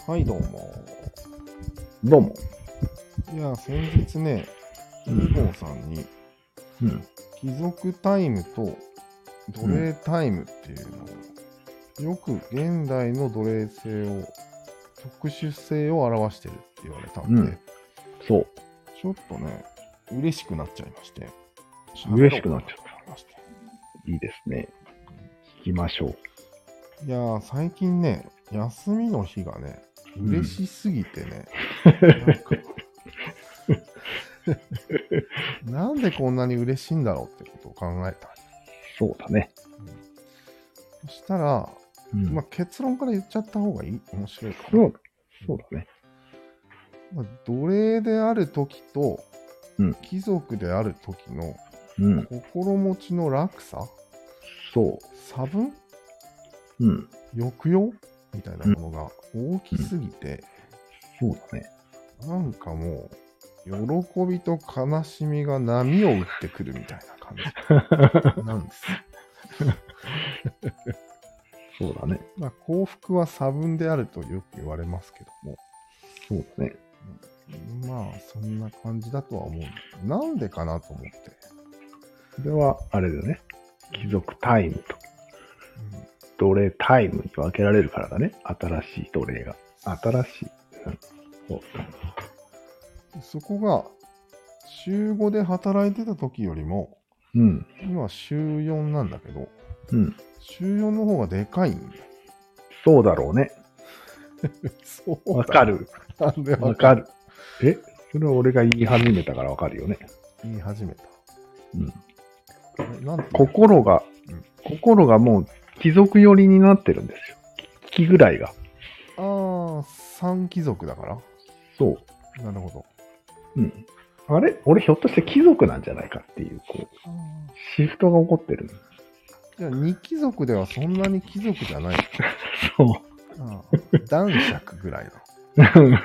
はいどうも。 どうも。 いや、先日ね、2号さんに、 うん。 貴族タイムと奴隷タイムっていうのを、よく現代の奴隷制を、特殊性を表してるって言われたんで、 うんそう。 ちょっとね、嬉しくなっちゃいまして、 嬉しくなっちゃっ喋ろうかなと思いまして。 た。いいですね。聞きましょう。 いやー、最近ね、休みの日がね、嬉しすぎてね、なんでこんなに嬉しいんだろうってことを考えた。 そうだね。 そしたら、 うんまあ、結論から言っちゃった方が面白いかな。 そうだね。 まあ、奴隷である時と、 うん貴族である時のうん。 心持ちの落差、 そ差分、 う。うん。 抑揚みたいなものが大きすぎて、 そうだね。 なんかもう、喜びと悲しみが波を打ってくるみたいな感じなんです。 そうだね。 まあ、幸福は差分であるとよく言われますけども、 そうだね。 まあ、そんな感じだとは思う。なんでかなと思って。 これは、あれだよね。貴族タイムとうん奴隷タイムに分けられるからだね。新しい奴隷が。新しい。そうそこが週5で働いてた時よりも、 うん。 今週4なんだけど、 うん。 週4の方がでかいんだよ。 そうだろうね。 そうわかる。 なんでわかる。それは俺が言い始めたからわかるよね。 言い始めた。 うん。 なんて心がもう貴族寄りになってるんですよ。気ぐらいが。 ああ、3貴族だからそなるほど。 う。うん。あれ俺ひょっとして貴族なんじゃないかっていう、シフトが起こってる。 じゃあ2貴族ではそんなに貴族じゃない。 そああ男爵ぐらいだ。 う。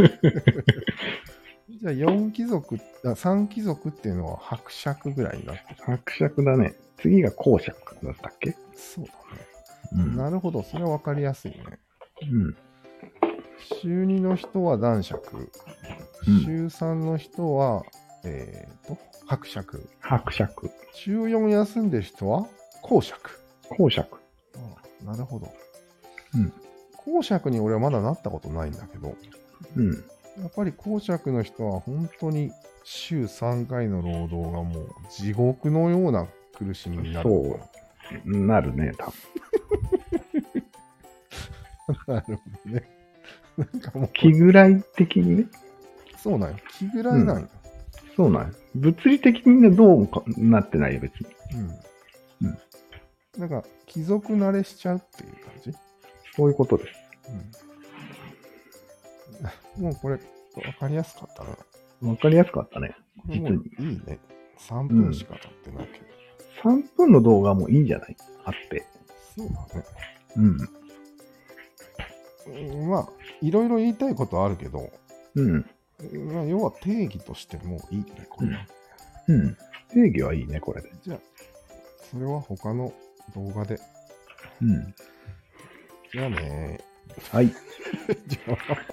じゃあ4貴族、3貴族っていうのは伯爵ぐらいになってる。 伯爵だね。次が公爵だったっけ？ そうだね。 うん。 なるほど、それは分かりやすいね。 うん。 週2の人は男爵、 うん週3の人は、伯爵、 伯爵。 週4休んでる人は公爵。 公爵。 なるほど。 うん。 公爵に俺はまだなったことないんだけど、 うん。 やっぱり公爵の人は本当に週3回の労働がもう地獄のような苦しみになる。 そうなるね、多分。 なるほどね。なんかもう、 気ぐらい的にね。 そうなんよ。気ぐらいなんよ。 そうなんよ。物理的にね、どうかなってないよ、別に。うんなんか、貴族慣れしちゃうっていう感じ。 そういうことです。 もうこれ、わかりやすかったな。 わかりやすかったね。 これも実うに。 いいね。3分しか経ってないけど。 3分の動画もいいんじゃないあって。 そうだね。まあ、いろいろ言いたいことはあるけど、 うん。 まあ、要は定義としてもういいね、これ。 うん。定義はいいね、これで。 じゃあ、それは他の動画で。 うん。 じゃあねはい。 じゃあ